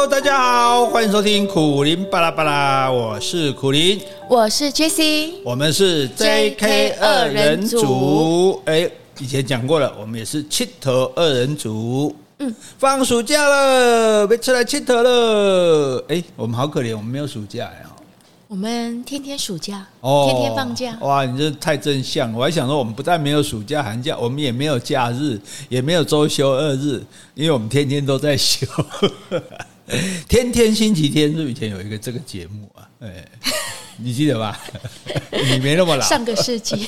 Hello， 大家好，欢迎收听苦苓巴拉巴拉，我是苦苓， 我是 Jessie， 我们是 JK 二人组。以前讲过了，我们也是七头二人组。放暑假了，别出来七头了。我们好可怜，我们没有暑假呀。 我们天天暑假，天天放假。 哇，你这太正向了！我还想说，我们不但没有暑假寒假，我们也没有假日，也没有周休二日，因为我们天天都在休。天天星期天是不是以前有一个这个节目啊？你记得吧？你没那么老。 上个世纪，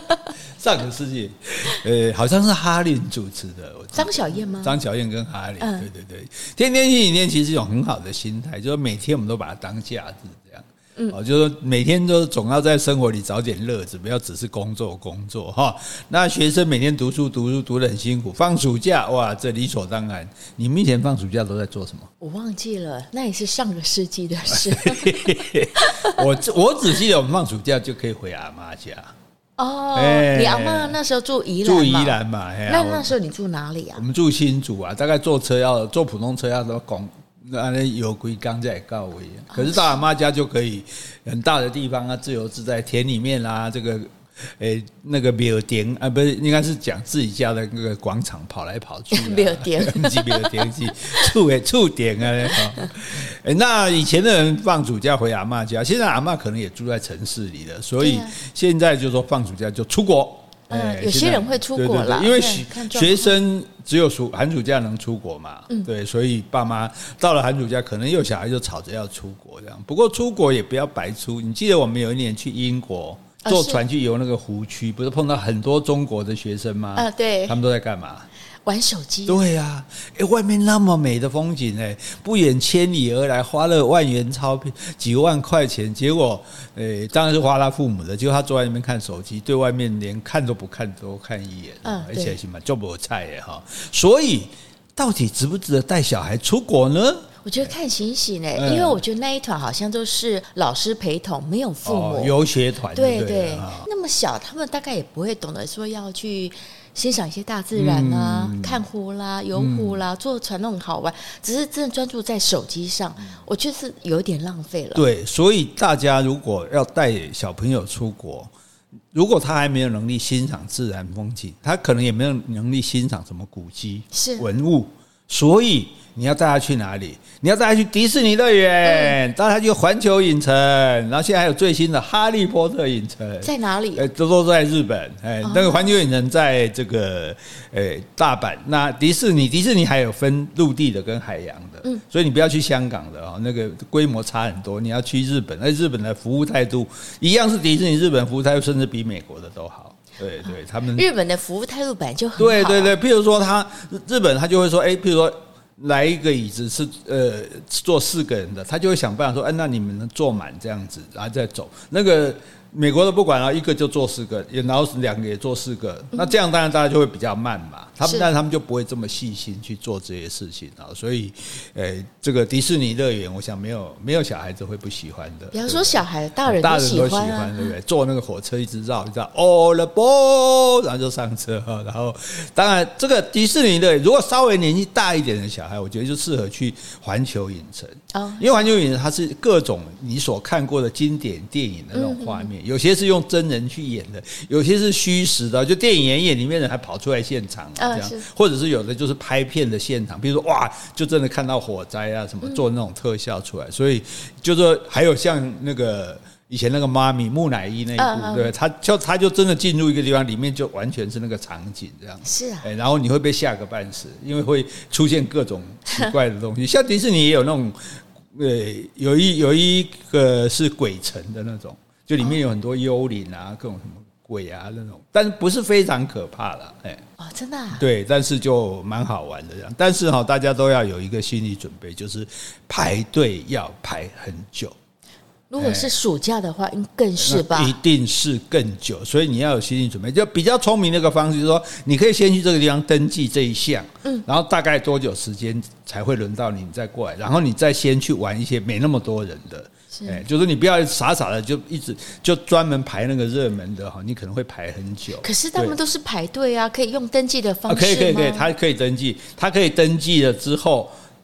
好像是哈林主持的。 张小燕吗？ 张小燕跟哈林，对，天天星期天其实是一种很好的心态，就是每天我们都把它当假日这样。就是每天都总要在生活里找点乐子，不要只是工作哈。那学生每天读书读得很辛苦，放暑假哇，这理所当然。你们以前放暑假都在做什么？ 我忘记了，那也是上个世纪的事。 我只记得我们放暑假就可以回阿妈家。 你阿嬷那时候住宜兰嘛？那时候你住哪里啊？ 我们住新竹啊，大概坐普通车要到有几天才会到位，可是到阿妈家就可以很大的地方啊，自由自在，田里面啊，这个那个庙埕啊，不是应该是讲自己家的那个广场跑来跑去。 庙埕不是庙埕，是厝埕啊。那以前的人放暑假回阿妈家，现在阿妈可能也住在城市里了，所以现在就说放暑假就出国。 有些人会出国啦， 因为学生只有寒暑假能出国嘛，对，所以爸妈到了寒暑假，可能有小孩就吵着要出国这样。不过出国也不要白出，你记得我们有一年去英国坐船去游那个湖区，不是碰到很多中国的学生吗？ 对， 他们都在干嘛？ 玩手机。 对啊，外面那么美的风景，不远千里而来，花了万元钞票，几万块钱，结果当然是花他父母的，结果他坐在那边看手机，对外面连看都不看，多看一眼，而且什么就没菜耶哈。所以到底值不值得带小孩出国呢？ 我觉得看情形因为我觉得那一团好像都是老师陪同，没有父母， 游学团。 对，那么小，他们大概也不会懂得说要去欣赏一些大自然啊，看湖啦、游湖啦、坐船那种好玩，只是真的专注在手机上，我觉得是有点浪费了。 对，所以大家如果要带小朋友出国，如果他还没有能力欣赏自然风景，他可能也没有能力欣赏什么古迹、文物，所以你要带他去哪里？你要带他去迪士尼乐园，带他去环球影城，然后现在还有最新的哈利波特影城，在哪里？ 都在日本。那个环球影城在这个大阪。那迪士尼还有分陆地的跟海洋的，所以你不要去香港的那个规模差很多。你要去日本，日本的服务态度一样是迪士尼，日本服务态度甚至比美国的都好。对，他们日本的服务态度本来就很好。 对，譬如说日本他就会说，譬如说来一个椅子是坐4个人的，他就会想办法说，那你们能坐满这样子，然后再走。那个美国的不管了，一个就坐4个，然后2个也坐4个，那这样当然大家就会比较慢嘛。但是他们就不会这么细心去做这些事情啊。所以，这个迪士尼乐园，我想没有小孩子会不喜欢的。 比方说小孩，大人都喜欢啊， 对不对？坐那个火车一直绕all aboard，然后就上车哈。然后，当然这个迪士尼乐园，如果稍微年纪大一点的小孩，我觉得就适合去环球影城。因为环球影城它是各种你所看过的经典电影的那种画面，有些是用真人去演的，有些是虚实的，就电影演里面人还跑出来现场这样，或者是有的就是拍片的现场，比如说哇，就真的看到火灾啊什么，做那种特效出来，所以就是说还有像那个以前那个妈咪木乃伊那一部，对，他就真的进入一个地方，里面就完全是那个场景这样， 是啊， 然后你会被吓个半死，因为会出现各种奇怪的东西，像迪士尼也有那种。有一个是鬼城的那种，就里面有很多幽灵啊，各种什么鬼啊那种，但是不是非常可怕啦， 真的啊？ 对，但是就蛮好玩的这样。但是大家都要有一个心理准备，就是排队要排很久。 如果是暑假的话，更是吧？ 一定是更久，所以你要有心理准备。就比较聪明的一个方式，就是说，你可以先去这个地方登记这一项，然后大概多久时间才会轮到你再过来，然后你再先去玩一些没那么多人的。就是你不要傻傻的就一直就专门排那个热门的你可能会排很久。 可是他们都是排队啊，可以用登记的方式吗？ 可以，他可以登记，他可以登记了之后。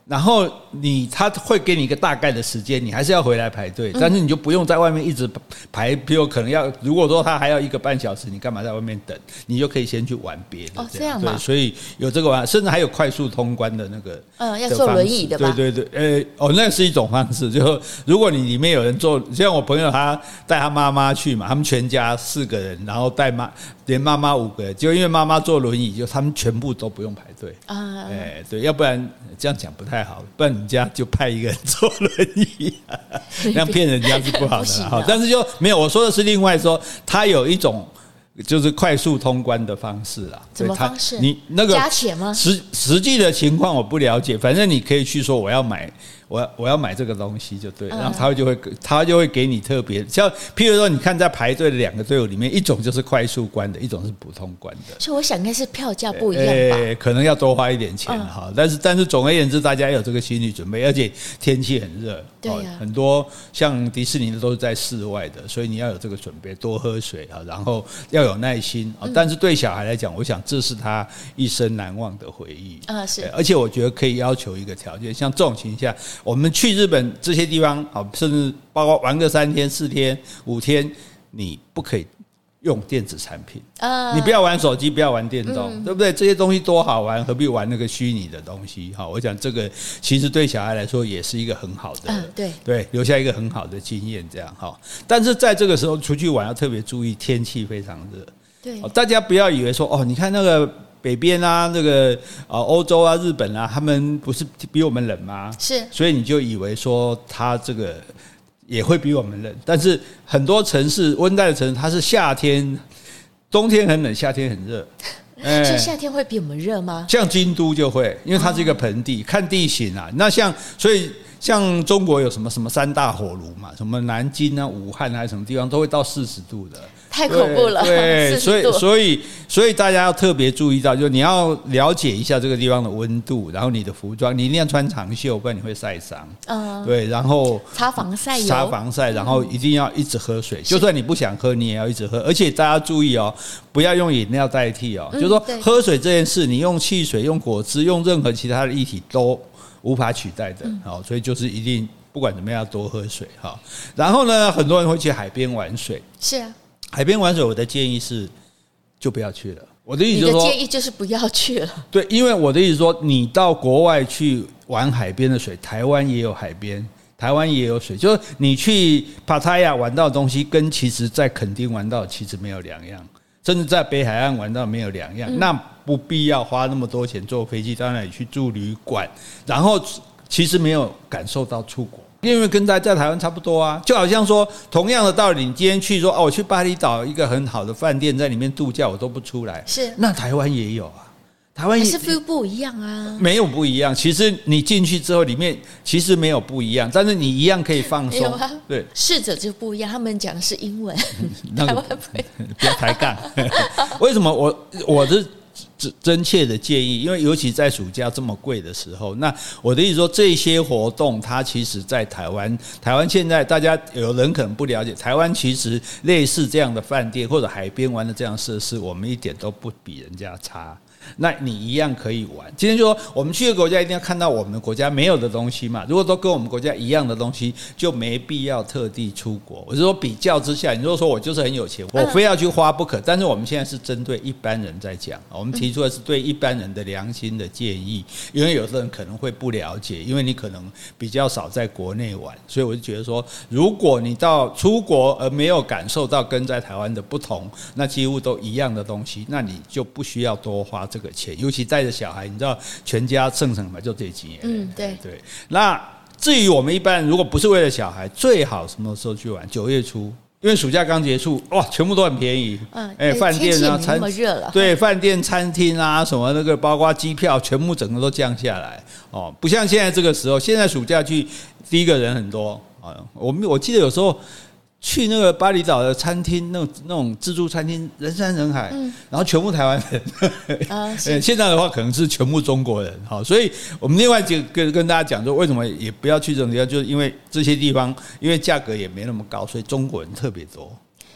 然后他会给你一个大概的时间，你还是要回来排队，但是你就不用在外面一直排，比如可能如果说他还要1个半小时，你干嘛在外面等？你就可以先去玩别的。 这样嘛？ 对，所以有这个玩，甚至还有快速通关的那个， 要坐轮椅的吧？ 对，那是一种方式。就如果你里面有人坐，像我朋友他带他妈妈去嘛，他们全家4个人，然后连妈妈5个人，就因为妈妈坐轮椅，就他们全部都不用排队啊。对，要不然这样讲不太好，不然你家就派一个人坐轮椅，这样骗人家是不好的。好，但是就没有，我说的是另外说，他有一种就是快速通关的方式啦。 什么方式？ 你那个加钱吗？ 实际的情况我不了解，反正你可以去说我要买这个东西就对，然后他就会给你特别，像譬如说你看在排队的2个队伍里面，一种就是快速关的，一种是普通关的， 所以我想应该是票价不一样吧， 可能要多花一点钱哈。但是总而言之，大家有这个心理准备，而且天气很热， 对呀， 很多像迪士尼的都是在室外的，所以你要有这个准备，多喝水啊，然后要有耐心啊。但是对小孩来讲，我想这是他一生难忘的回忆是， 而且我觉得可以要求一个条件，像这种情况下，我们去日本这些地方，甚至包括玩个3天、4天、5天，你不可以用电子产品你不要玩手机，不要玩电动，对不对？这些东西多好玩，何必玩那个虚拟的东西？我想这个其实对小孩来说也是一个很好的，对，留下一个很好的经验，这样哈。但是在这个时候出去玩要特别注意，天气非常热， 对， 大家不要以为说你看那个北边啊，那个欧洲啊、日本啊，他们不是比我们冷吗？ 是， 所以你就以为说他这个也会比我们冷，但是很多城市温带的城市，它是夏天、冬天很冷，夏天很热。 所以夏天会比我们热吗？ 像京都就会，因为它是一个盆地，看地形啊。那所以像中国有什么3大火炉嘛，什么南京啊、武汉还是什么地方都会到40度的。 太恐怖了， 对，所以大家要特别注意到，就你要了解一下这个地方的温度，然后你的服装你一定要穿长袖，不然你会晒伤。对，然后擦防晒， 然后一定要一直喝水，就算你不想喝，你也要一直喝。而且大家注意不要用饮料代替就是说喝水这件事，你用汽水、用果汁、用任何其他的液体都无法取代的。所以就是一定不管怎么样要多喝水。然后呢，很多人会去海边玩水， 是啊。 海边玩水，我的建议是就不要去了。我的意思就是说， 你的建议就是不要去了。 对，因为我的意思说，你到国外去玩海边的水，台湾也有海边，台湾也有水，就是你去帕塔亚玩到的东西，跟其实在垦丁玩到其实没有两样，甚至在北海岸玩到没有两样。那不必要花那么多钱坐飞机到那里去住旅馆，然后其实没有感受到出国。因为跟在台湾差不多啊，就好像说同样的道理，你今天去说我去巴厘岛一个很好的饭店，在里面度假，我都不出来， 是那台湾也有啊，台湾也是 feel 不一样啊， 没有不一样。其实你进去之后，里面其实没有不一样，但是你一样可以放松。对， 侍者就不一样，他们讲的是英文， 台湾不要抬杠。为什么我是真切的建议，因为尤其在暑假这么贵的时候，那我的意思说，这些活动它其实在台湾现在大家有人可能不了解，台湾其实类似这样的饭店或者海边玩的这样设施，我们一点都不比人家差。那你一样可以玩。今天就说我们去的国家一定要看到我们的国家没有的东西嘛，如果都跟我们国家一样的东西，就没必要特地出国。我是说比较之下，你如果说我就是很有钱，我非要去花不可，但是我们现在是针对一般人在讲，我们提出的是对一般人的良心的建议，因为有的人可能会不了解，因为你可能比较少在国内玩，所以我就觉得说，如果你到出国而没有感受到跟在台湾的不同，那几乎都一样的东西，那你就不需要多花这个钱，尤其带着小孩，你知道全家剩嘛就这几年。 对。 那至于我们一般人，如果不是为了小孩，最好什么时候去玩？9月初，因为暑假刚结束，哇，全部都很便宜。饭店啊， 天气没那么热了。 对，饭店、餐厅啊，什么那个，包括机票，全部整个都降下来。不像现在这个时候，现在暑假去，第一个人很多啊。我记得有时候。去那个巴厘岛的餐厅，那种自助餐厅，人山人海，然后全部台湾人。现在的话，可能是全部中国人。所以我们另外就跟大家讲说，为什么也不要去这种地方，就是因为这些地方，因为价格也没那么高，所以中国人特别多。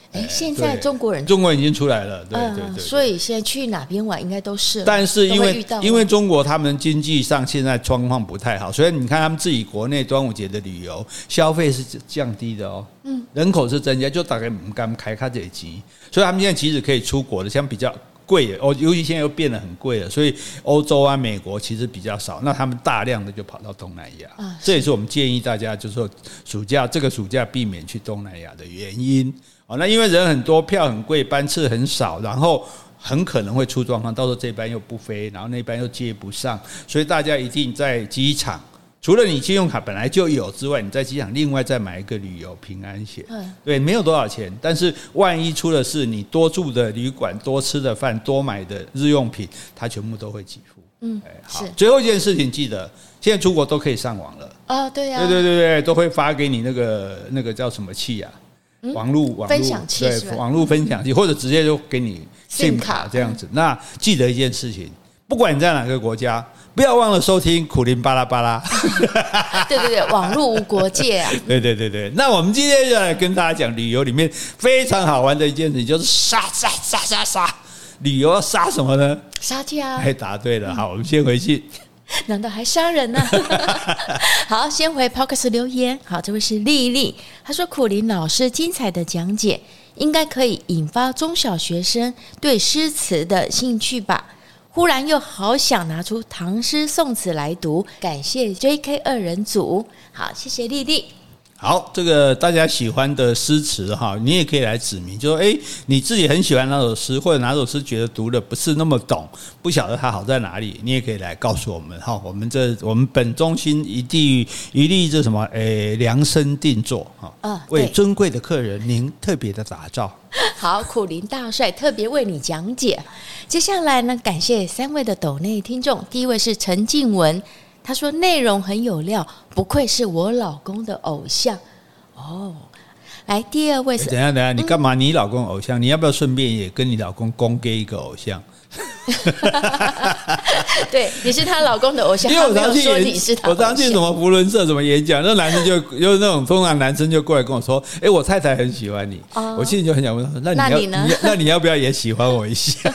现在中国人已经出来了，对， 所以现在去哪边玩应该都是了。 但是因为中国他们经济上现在状况不太好，所以你看他们自己国内端午节的旅游消费是降低的哦，人口是增加，就大概不敢开卡这集，所以他们现在即使可以出国的，像比较贵的尤其现在又变得很贵了，所以欧洲啊、美国其实比较少，那他们大量的就跑到东南亚，这也是我们建议大家就是说这个暑假避免去东南亚的原因。那因为人很多，票很贵，班次很少，然后很可能会出状况，到时候这班又不飞，然后那班又接不上，所以大家一定在机场，除了你信用卡本来就有之外，你在机场另外再买一个旅游平安险。对，没有多少钱，但是万一出了事，你多住的旅馆、多吃的饭、多买的日用品，它全部都会给付。好，最后一件事情记得，现在出国都可以上网了。 对呀， 对，都会发给你那个叫什么器啊？网络分享器， 对，网络分享器，或者直接就给你 SIM 卡这样子。那记得一件事情，不管你在哪个国家，不要忘了收听苦苓巴拉巴拉。 对，网络无国界啊。 对。那我们今天就来跟大家讲旅游里面非常好玩的一件事情，就是杀。旅游要杀什么呢？ 杀价。 答对了。好，我们先回去。 难道还杀人呢？好，先回 Podcast 留言。好，这位是丽丽，她说苦苓老师精彩的讲解应该可以引发中小学生对诗词的兴趣吧，忽然又好想拿出唐诗宋词来读，感谢 JK 二人组。好，谢谢丽丽。 好，这个大家喜欢的诗词哈，你也可以来指明，就说你自己很喜欢哪首诗，或者哪首诗觉得读的不是那么懂，不晓得它好在哪里，你也可以来告诉我们哈。我们本中心一律这什么量身定做哈，为尊贵的客人您特别的打造。 好，苦苓大帅特别为你讲解。接下来呢，感谢3位的抖内听众，第一位是陈静文。他说内容很有料，不愧是我老公的偶像来，第二位是等一下，你干嘛？你老公偶像，你要不要顺便也跟你老公公给一个偶像？ 对，你是他老公的偶像， 因为我常去我常去什么福伦社什么演讲，那男生就那种通常男生就过来跟我说，我太太很喜欢你，我心里就很想问，那你呢？那你要不要也喜欢我一下？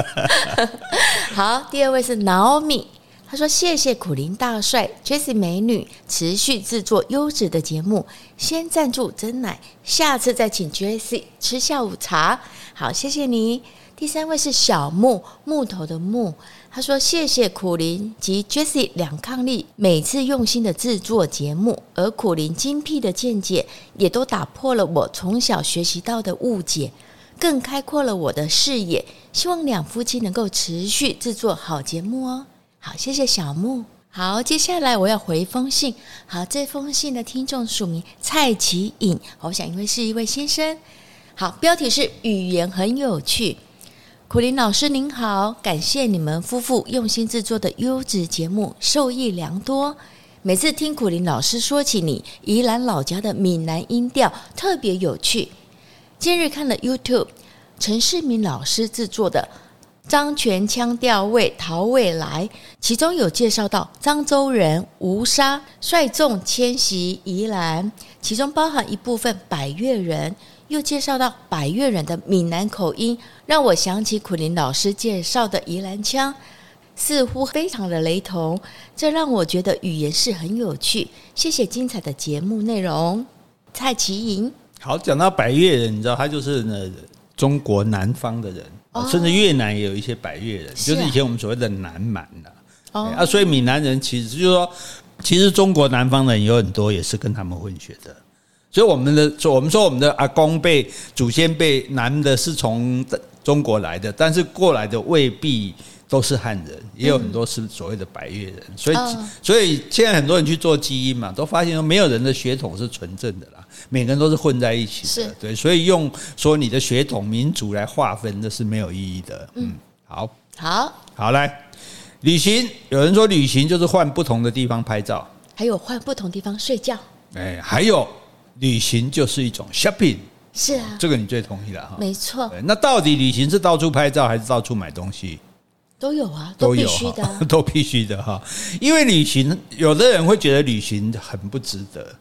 好，第二位是 Naomi。他说谢谢苦苓大帅 Jessie 美女持续制作优质的节目，先赞助真奶，下次再请 Jessie 吃下午茶。好，谢谢你。第3位是小木，木头的木。他说谢谢苦苓及 Jessie 两伉俪每次用心的制作节目，而苦苓精辟的见解也都打破了我从小学习到的误解，更开阔了我的视野，希望两夫妻能够持续制作好节目哦。好，谢谢小木。好，接下来我要回一封信。好，这封信的听众署名蔡奇颖，我想因为是一位先生。好，标题是语言很有趣。苦苓老师您好，感谢你们夫妇用心制作的优质节目，受益良多。每次听苦苓老师说起你宜兰老家的闽南音调，特别有趣。今日看了 YouTube 陈世明老师制作的漳泉腔调味陶味来，其中有介绍到漳州人吴沙率众迁徙宜兰，其中包含一部分百越人，又介绍到百越人的闽南口音，让我想起苦苓老师介绍的宜兰腔，似乎非常的雷同，这让我觉得语言是很有趣。谢谢精彩的节目内容。蔡奇颖。 好，讲到百越人，你知道他就是中国南方的人，甚至越南也有一些百越人，就是以前我们所谓的南蛮所以闽南人其实就是说，其实中国南方人有很多也是跟他们混血的，所以我们说我们的阿公祖先辈男的是从中国来的，但是过来的未必都是汉人，也有很多是所谓的百越人，所以现在很多人去做基因嘛，都发现没有人的血统是纯正的啦，每个人都是混在一起的，对，所以用说你的血统民族来划分，那是没有意义的。好，来旅行，有人说旅行就是换不同的地方拍照， 还有换不同地方睡觉， 还有旅行就是一种 shopping。 是啊， 这个你最同意了哈。 没错。 那到底旅行是到处拍照还是到处买东西？ 都有啊，都必须的， 都必须的哈。因为旅行，有的人会觉得旅行很不值得，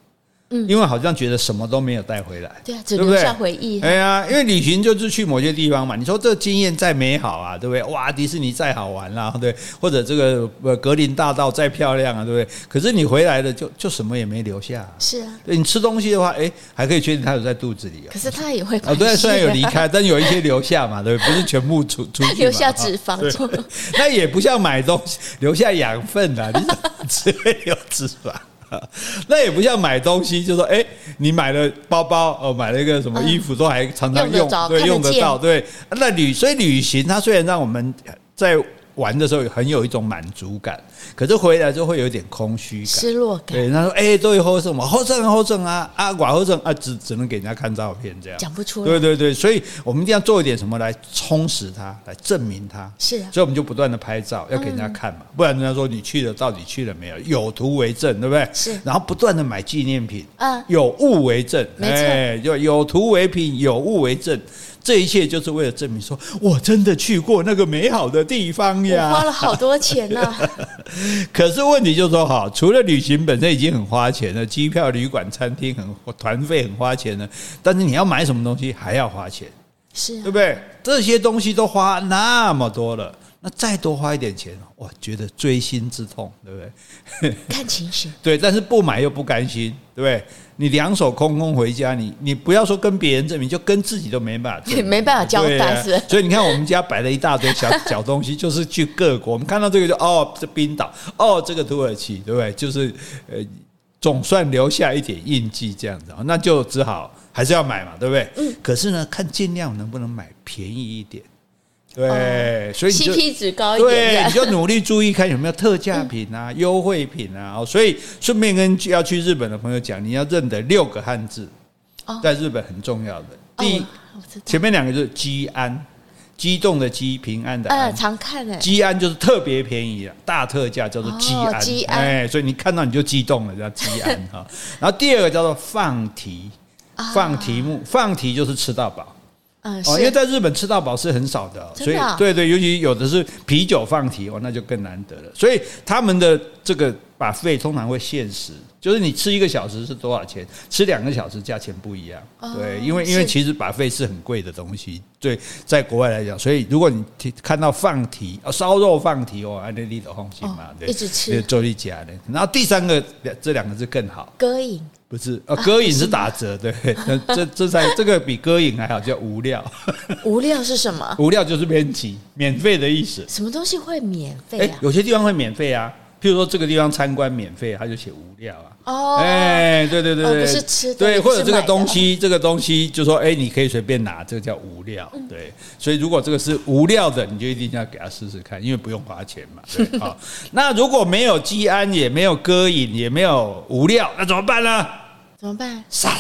因为好像觉得什么都没有带回来， 对啊，只留下回忆。 哎呀，因为旅行就是去某些地方嘛。你说这经验再美好啊，对不对？哇，迪士尼再好玩啦，对，或者这个格林大道再漂亮啊，对不对？可是你回来了就什么也没留下。 是啊， 对你吃东西的话，还可以确定它有在肚子里。 可是它也会对，虽然有离开，但有一些留下嘛，对，不是全部出去嘛， 留下脂肪。 那也不像买东西留下养分啊，你只会有脂肪。那也不像买东西，就说你买了包包买了一个什么衣服，都还常常用，对，用得到，对。所以旅行它虽然让我们在玩的时候很有一种满足感，可是回来之后会有一点空虚感、 失落感。 对，他说都有后剩嘛，后剩啊，寡后剩啊，只能给人家看照片这样， 讲不出来。 对，所以我们一定要做一点什么来充实它，来证明它。 是啊， 所以我们就不断的拍照，要给人家看嘛，不然人家说你去了到底去了没有？有图为证，对不对？ 是。 然后不断的买纪念品，有物为证， 没错， 有图为凭，有物为证。这一切就是为了证明说我真的去过那个美好的地方呀， 我花了好多钱啊。 可是问题就是说除了旅行本身已经很花钱了，机票、旅馆、餐厅团费很花钱了，但是你要买什么东西还要花钱， 是啊， 对不对？这些东西都花那么多了，那再多花一点钱，我觉得追心之痛，对不对？ 看情形。 对，但是不买又不甘心，对不对？你两手空空回家，你不要说跟别人证明，就跟自己都没办法证明， 没办法交代，是。 所以你看，我们家摆了一大堆小东西，就是去各国，我们看到这个就这冰岛，这个土耳其，对不对？就是总算留下一点印记这样子，那就只好还是要买嘛，对不对？可是呢，看尽量能不能买便宜一点。对，所以你就 CP 值高一点， 对，你就努力注意看有没有特价品啊、优惠品啊。所以顺便跟要去日本的朋友讲，你要认得6个汉字，在日本很重要的。第一，前面2个就是激安，激动的激，平安的安， 常看激安就是特别便宜了，大特价叫做激安， 激安， 所以你看到你就激动了，叫激安哈。然后第2个叫做放题，放题目，放题就是吃到饱。因为在日本吃到饱是很少的，所以对，尤其有的是啤酒放题那就更难得了。所以他们的这个buffet通常会限时，就是你吃1个小时是多少钱，吃2个小时价钱不一样。对，因为其实buffet是很贵的东西，对，在国外来讲，所以如果你看到放题烧肉放题那你都放心嘛，对， 一直吃就一家的。然后第3个这2个字更好， 歌饮。 不是歌饮是打折，对，这个比歌饮还好，叫无料。 无料是什么？ 无料就是编辑，免费的意思。 什么东西会免费啊？ 有些地方会免费啊，譬如说这个地方参观免费，他就写无料啊。对， 不是吃的， 对，或者这个东西就说你可以随便拿，这个叫无料。对，所以如果这个是无料的，你就一定要给他试试看，因为不用花钱嘛。对，那如果没有激安，也没有歌饮，也没有无料，那怎么办呢？ 怎么办？ 杀！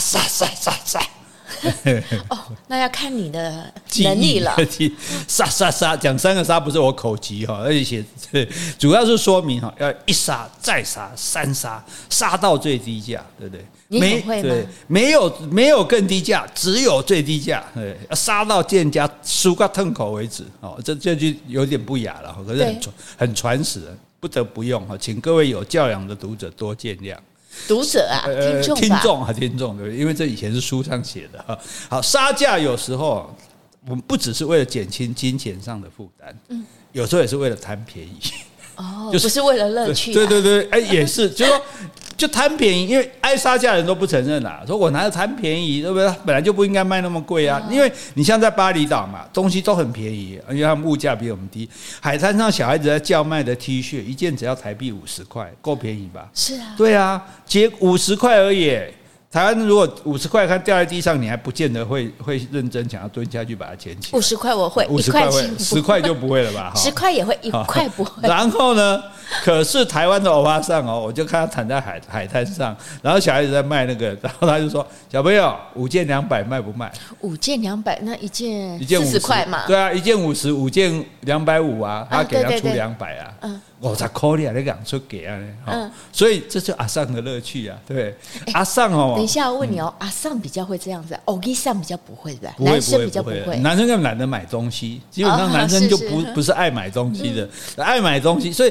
那要看你的能力了。 杀，讲3个杀不是我口急而且主要是说明要1杀再杀3杀，杀到最低价，对不对？ 你很会吗？ 没有更低价，只有最低价，要杀到店家输个吞口为止。这就有点不雅了，可是很传神，不得不用，请各位有教养的读者多见谅。 读者啊， 听众对，因为这以前是书上写的。好，杀价有时候我们不只是为了减轻金钱上的负担，有时候也是为了贪便宜。 不是为了乐趣。 对，也是，就是说就贪便宜，因为爱杀价的人都不承认啦，说我哪有贪便宜，对不对？本来就不应该卖那么贵啊。因为你像在巴厘岛嘛，东西都很便宜，因为他们物价比我们低。海滩上小孩子在叫卖的 T 恤，一件只要台币50块，够便宜吧？ 是啊， 对啊，结50块而已。台湾如果50块看掉在地上，你还不见得会认真想要蹲下去把它捡起来。 50块我会 ，50块会，10块就不会了吧 ？10块也会，1块不会。 然后呢？可是台湾的欧巴桑我就看他躺在海滩上，然后小孩子在卖那个，然后他就说：“小朋友，5件200卖不卖？”5 件200，那一件40块嘛？ 对啊，1件50，5件250啊，他给他出200啊。50块你讲出给啊，所以这就阿桑的乐趣啊，对，阿桑等一下我问你阿桑比较会这样子，欧吉桑比较不会的，男生比较不会， 男生更懒得买东西，基本上男生就不是爱买东西的，爱买东西，所以阿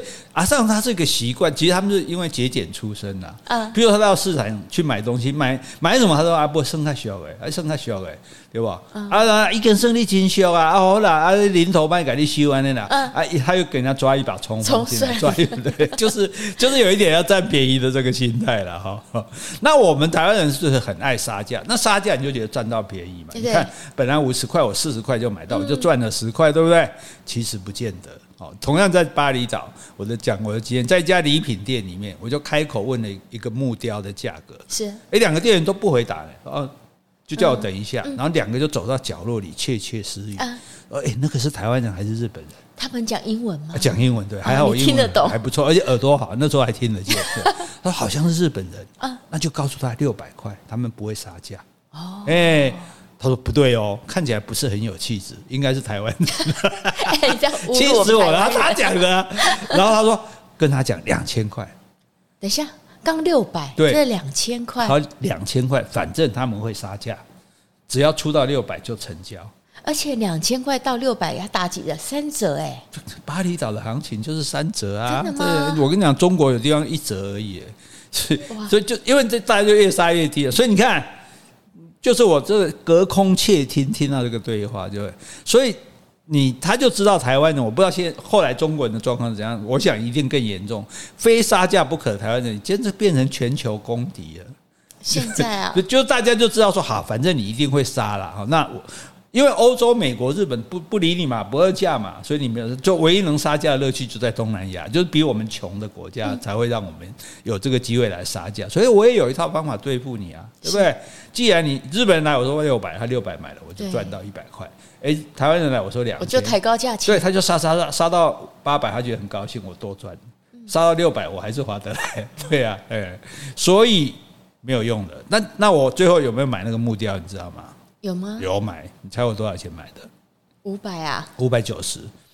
上它是一个习惯，其实他们是因为节俭出身啦。比如他到市场去买东西，买什么，他说不剩太小的，还剩太小的，对吧？一根生理真小啊，好啦，零头卖给你修完的啦，他又给人家抓一把葱进来，抓一把，对，就是有一点要占便宜的这个心态了哈。那我们台湾人是很爱杀价，那杀价你就觉得赚到便宜嘛？你看本来50块，我40块就买到，我就赚了10块，对不对？其实不见得。同样在巴厘岛，我的经验，在一家礼品店里面，我就开口问了一个木雕的价格，是2个店员都不回答了，就叫我等一下，然后2个就走到角落里窃窃私语，那个是台湾人还是日本人？ 他们讲英文吗？ 讲英文，对，还好我英文听得懂，还不错，而且耳朵好，那时候还听得见。他说好像是日本人，那就告诉他600块，他们不会杀价。他说不对哦，看起来不是很有气质，应该是台湾人。气死我了，他讲的，然后他说跟他讲2000块。 等一下，刚600，对，这2000块。 好，2000块，反正他们会杀价，只要出到600就成交。 而且2000块到600要打几折？3折哎！ 巴厘岛的行情就是3折啊！ 真的吗？ 对，我跟你讲，中国有地方1折而已，所以就因为这大家就越杀越低了，所以你看。就是我这隔空窃听到这个对话，就所以他就知道台湾人，我不知道后来中国人的状况是怎样，我想一定更严重，非杀价不可的台湾人，简直变成全球公敌了。 现在啊， 就大家就知道说，好，反正你一定会杀啦。那因为欧洲、美国、日本不理你嘛，不二价嘛，所以你没有，就唯一能杀价的乐趣就在东南亚，就是比我们穷的国家才会让我们有这个机会来杀价。所以我也有一套方法对付你啊，对不对？既然你日本人来我说600，他600买了，我就赚到100块。台湾人来我说2000， 我就抬高价钱， 对，他就杀到800，他觉得很高兴，我多赚；杀到600，我还是划得来。对啊，所以没有用的。那我最后有没有买那个木雕？你知道吗？ 有吗？ 有买，你猜我多少钱买的 ？500啊 ，590。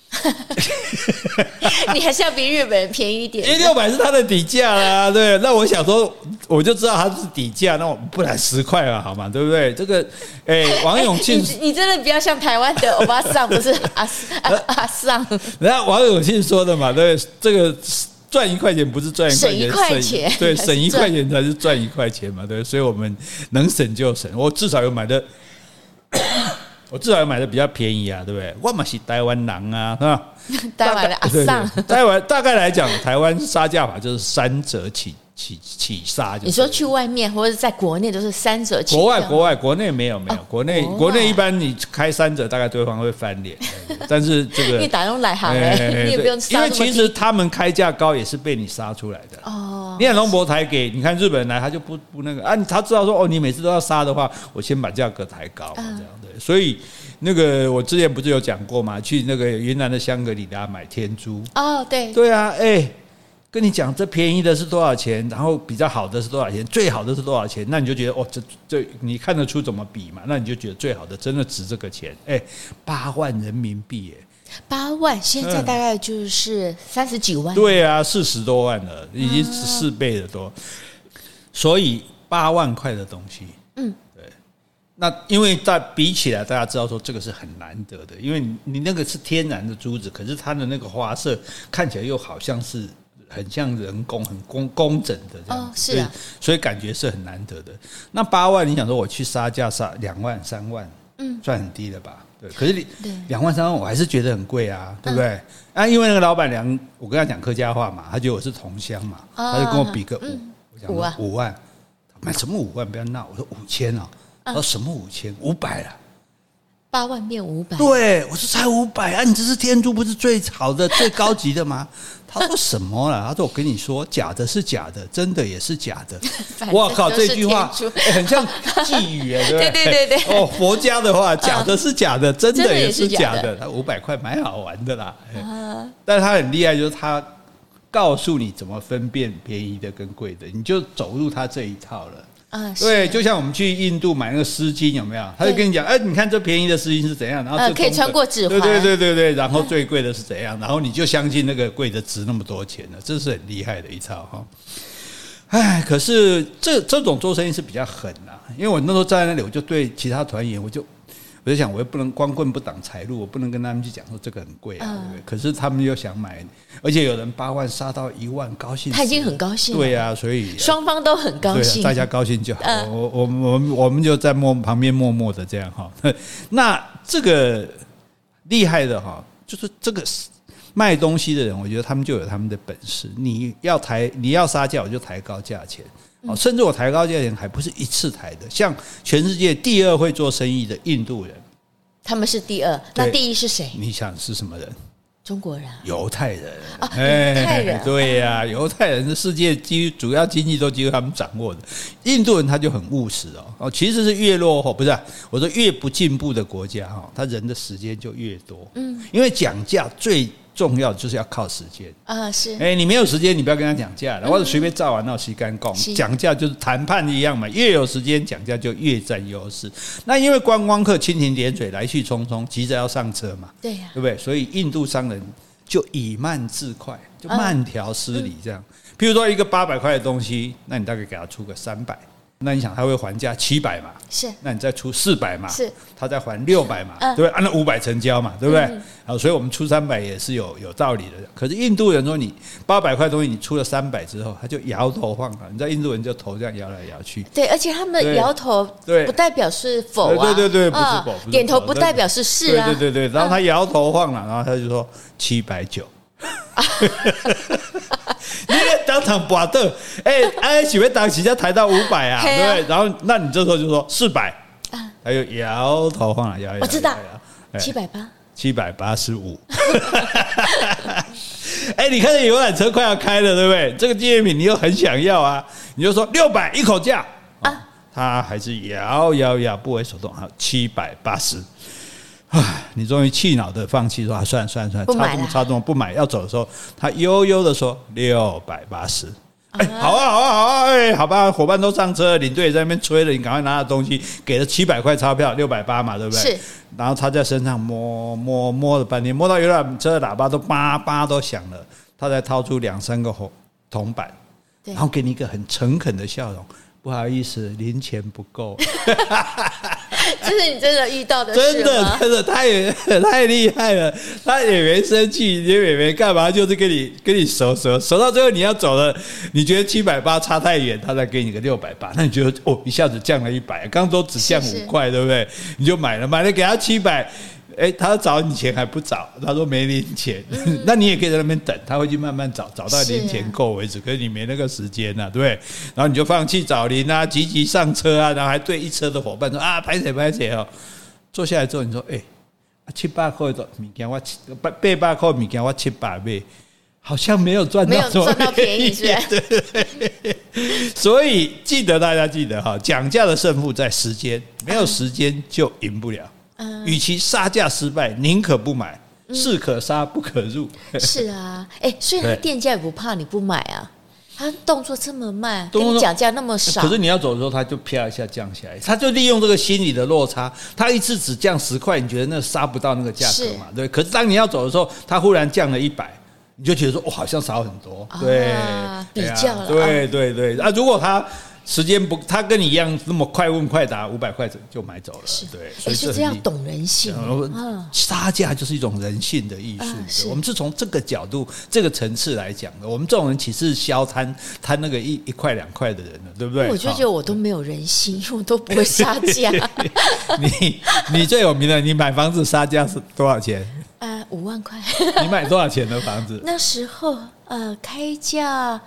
你还是要比日本人便宜一点， 因为600是他的底价啦。对，那我想说，我就知道他是底价，那我不然10块了，好吗？对不对？这个，王永庆， 你真的比较像台湾的欧巴桑，不是阿桑。 人家王永庆说的嘛，对，这个。赚1块钱不是赚1块钱， 省1块钱， 对，省1块钱才是赚1块钱嘛，对，所以我们能省就省。我至少有买的比较便宜啊，对不对？我嘛是台湾人啊，是吧？ 台湾的阿桑， 台湾大概来讲，台湾杀价法就是3折起杀。 你说去外面或者在国内都是3折起？ 国外国内没有，国内一般你开3折，大概对方会翻脸。但是这个你打用来行你也不用杀， 因为其实他们开价高也是被你杀出来的。你看龙博抬给你看日本人来，他就不那个啊，他知道说你每次都要杀的话，我先把价格抬高这样的。所以那个我之前不是有讲过嘛，去那个云南的香格里拉买天珠。对啊，跟你讲这便宜的是多少钱，然后比较好的是多少钱，最好的是多少钱，那你就觉得这你看得出怎么比嘛？那你就觉得最好的真的值这个钱，8万人民币 8万现在大概就是30几万。 对啊，40多万了，已经14倍的多。所以8万块的东西，对。那因为比起来，大家知道说这个是很难得的，因为你那个是天然的珠子，可是它的那个花色看起来又好像是。很像人工、很工整的这样子， 是啊， 所以感觉是很难得的。那8万，你想说我去杀价杀2万、3万，算很低了吧？对，可是2万、3万，我还是觉得很贵啊，对不对？因为那个老板娘，我跟他讲客家话嘛，他觉得我是同乡嘛，他就跟我比个5，我讲5万，买什么5万？不要闹！我说5000啊，他说什么5000？500了。 8万变500， 对，我说才500啊！你这是天珠，不是最好的、最高级的吗？他说什么了？他说我跟你说，假的是假的，真的也是假的。我靠，这句话很像寄语对不对？ 对。佛家的话，假的是假的，真的也是假的。他500块蛮好玩的啦，但是他很厉害，就是他告诉你怎么分辨便宜的跟贵的，你就走入他这一套了。对，就像我们去印度买那个丝巾，有没有？他就跟你讲，你看这便宜的丝巾是怎样，然后可以穿过指环， 对，然后最贵的是怎样，然后你就相信那个贵的值那么多钱了，这是很厉害的一套哈。可是这种做生意是比较狠啦，因为我那时候站在那里，我就对其他团员， 我就想我又不能光棍不挡财路，我不能跟他们去讲说这个很贵啊，对不对？可是他们又想买，而且有人8万杀到1万，高兴死了， 他已经很高兴了， 对啊，所以双方都很高兴， 大家高兴就好。我们就在旁边默默的这样哈。那这个厉害的哈，就是这个卖东西的人，我觉得他们就有他们的本事。你要杀价，我就抬高价钱。甚至我抬高价钱还不是一次抬的，像全世界第2会做生意的印度人， 他们是第2，那第1是谁？ 你想是什么人？ 中国人， 犹太人啊，犹太人， 对呀，犹太人是世界主要经济都几乎他们掌握的。印度人他就很务实哦，其实是越落后，不是我说越不进步的国家哈，他人的时间就越多，因为讲价最重要就是要靠时间啊，是你没有时间，你不要跟他讲价了，或者随便照完那时间讲，讲价就是谈判一样嘛，越有时间讲价就越占优势。那因为观光客蜻蜓点水，来去匆匆，急着要上车嘛， 对呀， 对不对？所以印度商人就以慢制快，就慢条斯理这样。譬如说一个800块的东西，那你大概给他出个300。那你想他会还价700嘛？是，那你再出400嘛？是，他再还600嘛？对不对？按照500成交嘛？对不对？所以我们出300也是有道理的。可是印度人说你800块东西你出了300之后，他就摇头晃脑。你知道印度人就头这样摇来摇去。对， 而且他们摇头不代表是否啊？ 对，不是否。 点头不代表是是啊。 对。然后他摇头晃脑，然后他就说790。你当场拔的，喜欢当时要抬到500啊，对不对？然后那你这时候就说400，他就摇头晃脑，摇， 我知道 785。你看这游览车快要开了，对不对？这个纪念品你又很想要啊，你就说600一口价啊，他还是摇不为所动，好780。你终于气恼的放弃说算了，差这么不买，要走的时候，他悠悠的说680。好啊，好吧，伙伴都上车，领队也在那边催了，你赶快拿着东西，给了700块钞票，680嘛，对不对？是。然后他在身上摸了半天，摸到游览车的喇叭都叭都响了，他才掏出2-3个铜板，然后给你一个很诚恳的笑容。不好意思，零钱不够。 这是你真的遇到的事吗？ 真的太厉害了，他也没生气，也没干嘛，就是跟你熟到最后你要走了，你觉得780差太远，他再给你个680，那你觉得一下子降了100，刚都只降5块，对不对？你就买了给他700。他找你钱还不找，他说没零钱，那你也可以在那边等，他会去慢慢找到零钱够为止。可是你没那个时间啊，对不对？然后你就放弃找零啊，急急上车啊，然后还对一车的伙伴说啊，拍谁哦。坐下来之后，你说700块的物件我800块物件我700买，好像没有赚到便宜，是吧？ 对。所以大家记得哈，讲价的胜负在时间，没有时间就赢不了。与其杀价失败，宁可不买，士可杀不可入。 是啊，所以他店家也不怕你不买啊，他动作这么慢，跟你讲价那么少， 可是你要走的时候，他就啪一下降下来，他就利用这个心理的落差，他一次只降10块，你觉得那杀不到那个价格嘛？对。可是当你要走的时候，他忽然降了100，你就觉得说好像少很多，对， 比较了， 对。如果他时间不，他跟你一样那么快问快答，500块就买走了，对， 所以这样懂人性， 杀价就是一种人性的艺术。我们是从这个角度、这个层次来讲的。我们这种人岂是消贪那个1块2块的人呢？对不对？ 我就觉得我都没有人性，因为我都不会杀价。 你最有名的，你买房子杀价是多少钱 ？5万块。 你买多少钱的房子？ 那时候开价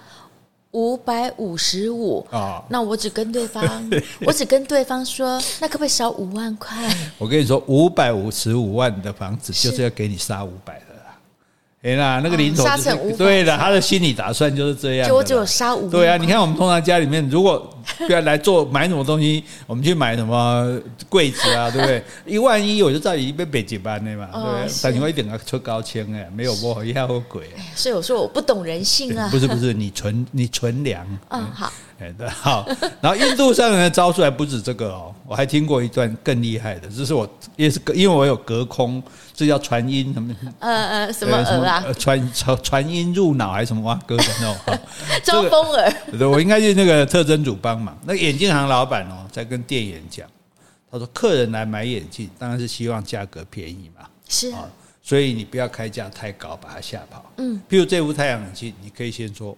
555那我只跟对方说，那可不可以少5万块？ 我跟你说，555万的房子就是要给你杀500的啦。那个零头对的，他的心理打算就是这样。 就我只有杀5万。 对啊，你看我们通常家里面，如果不要来买什么东西，我们去买什么柜子啊，对不对？1万1我就知道已经被几班的嘛，对不对？但是我一点要出高签没有我一下好贵。 所以我说我不懂人性啊。 不是，你纯良。 好。 好，然后印度上人的招数还不止这个我还听过一段更厉害的，这是我也是因为我有隔空，这叫传音什么什么耳啊， 传音入脑还是什么歌的那种招风耳。 对，我应该是那个特征组帮忙，那个眼镜行老板在跟店员讲， 他说客人来买眼镜当然是希望价格便宜嘛， 是所以你不要开价太高把它吓跑。譬如这副太阳眼镜你可以先说